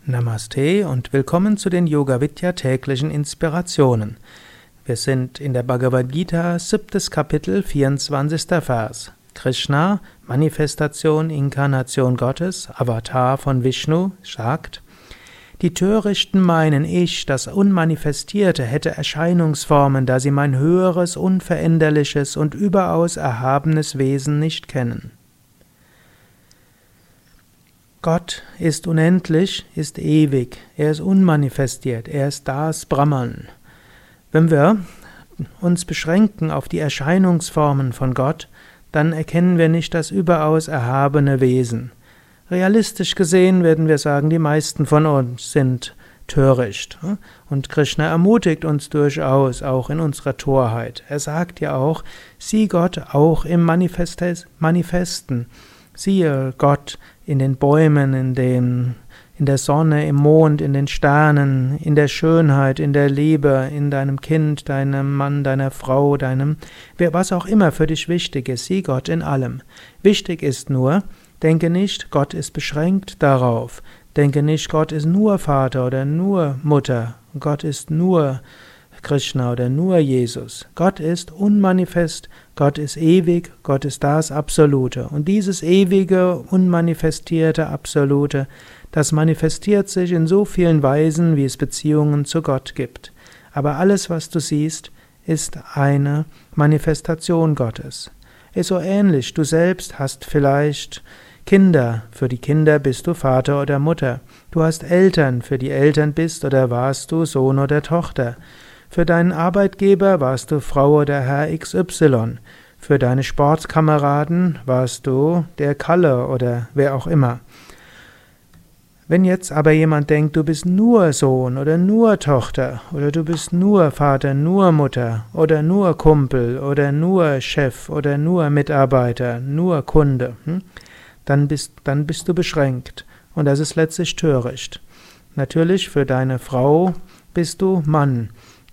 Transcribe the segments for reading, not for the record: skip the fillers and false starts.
Namaste und willkommen zu den Yoga Vidya täglichen Inspirationen. Wir sind in der Bhagavad Gita, 7. Kapitel, 24. Vers. Krishna, Manifestation, Inkarnation Gottes, Avatar von Vishnu, sagt: Die Törichten meinen, ich, das Unmanifestierte, hätte Erscheinungsformen, da sie mein höheres, unveränderliches und überaus erhabenes Wesen nicht kennen. Gott ist unendlich, ist ewig, er ist unmanifestiert, er ist das Brahman. Wenn wir uns beschränken auf die Erscheinungsformen von Gott, dann erkennen wir nicht das überaus erhabene Wesen. Realistisch gesehen werden wir sagen, die meisten von uns sind töricht. Und Krishna ermutigt uns durchaus auch in unserer Torheit. Er sagt ja auch, sieh Gott auch im Manifesten. Siehe Gott in den Bäumen, in der Sonne, im Mond, in den Sternen, in der Schönheit, in der Liebe, in deinem Kind, deinem Mann, deiner Frau, was auch immer für dich wichtig ist. Sieh Gott in allem. Wichtig ist nur, denke nicht, Gott ist beschränkt darauf. Denke nicht, Gott ist nur Vater oder nur Mutter. Gott ist nur Krishna oder nur Jesus. Gott ist unmanifest, Gott ist ewig, Gott ist das Absolute. Und dieses ewige, unmanifestierte Absolute, das manifestiert sich in so vielen Weisen, wie es Beziehungen zu Gott gibt. Aber alles, was du siehst, ist eine Manifestation Gottes. Ist so ähnlich, du selbst hast vielleicht Kinder, für die Kinder bist du Vater oder Mutter. Du hast Eltern, für die Eltern bist oder warst du Sohn oder Tochter. Für deinen Arbeitgeber warst du Frau oder Herr XY. Für deine Sportkameraden warst du der Kalle oder wer auch immer. Wenn jetzt aber jemand denkt, du bist nur Sohn oder nur Tochter oder du bist nur Vater, nur Mutter oder nur Kumpel oder nur Chef oder nur Mitarbeiter, nur Kunde, dann bist du beschränkt und das ist letztlich töricht. Natürlich für deine Frau bist du Mann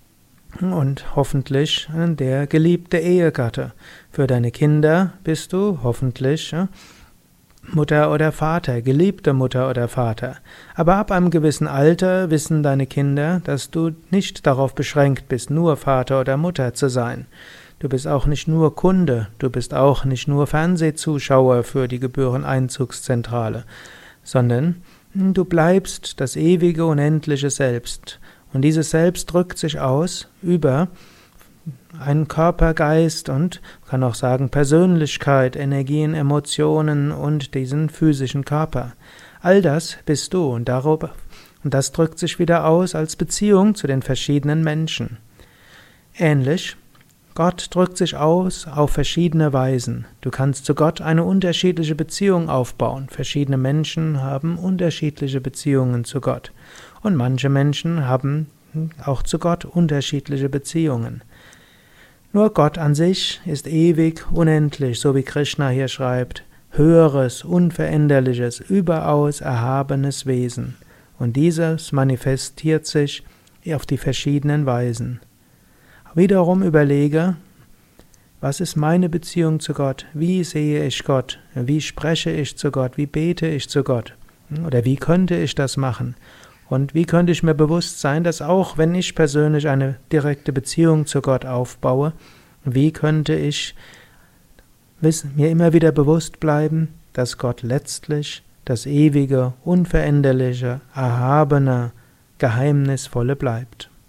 und hoffentlich der geliebte Ehegatte. Für deine Kinder bist du hoffentlich Mutter oder Vater, geliebte Mutter oder Vater. Aber ab einem gewissen Alter wissen deine Kinder, dass du nicht darauf beschränkt bist, nur Vater oder Mutter zu sein. Du bist auch nicht nur Kunde, du bist auch nicht nur Fernsehzuschauer für die Gebühreneinzugszentrale, sondern du bleibst das ewige, unendliche Selbst. Und dieses Selbst drückt sich aus über einen Körper, Geist und, man kann auch sagen, Persönlichkeit, Energien, Emotionen und diesen physischen Körper. All das bist du und das drückt sich wieder aus als Beziehung zu den verschiedenen Menschen. Ähnlich, Gott drückt sich aus auf verschiedene Weisen. Du kannst zu Gott eine unterschiedliche Beziehung aufbauen. Verschiedene Menschen haben unterschiedliche Beziehungen zu Gott. Und manche Menschen haben auch zu Gott unterschiedliche Beziehungen. Nur Gott an sich ist ewig, unendlich, so wie Krishna hier schreibt, höheres, unveränderliches, überaus erhabenes Wesen. Und dieses manifestiert sich auf die verschiedenen Weisen. Wiederum überlege, was ist meine Beziehung zu Gott? Wie sehe ich Gott? Wie spreche ich zu Gott? Wie bete ich zu Gott? Oder wie könnte ich das machen? Und wie könnte ich mir bewusst sein, dass auch wenn ich persönlich eine direkte Beziehung zu Gott aufbaue, wie könnte ich mir immer wieder bewusst bleiben, dass Gott letztlich das ewige, unveränderliche, erhabene, geheimnisvolle bleibt.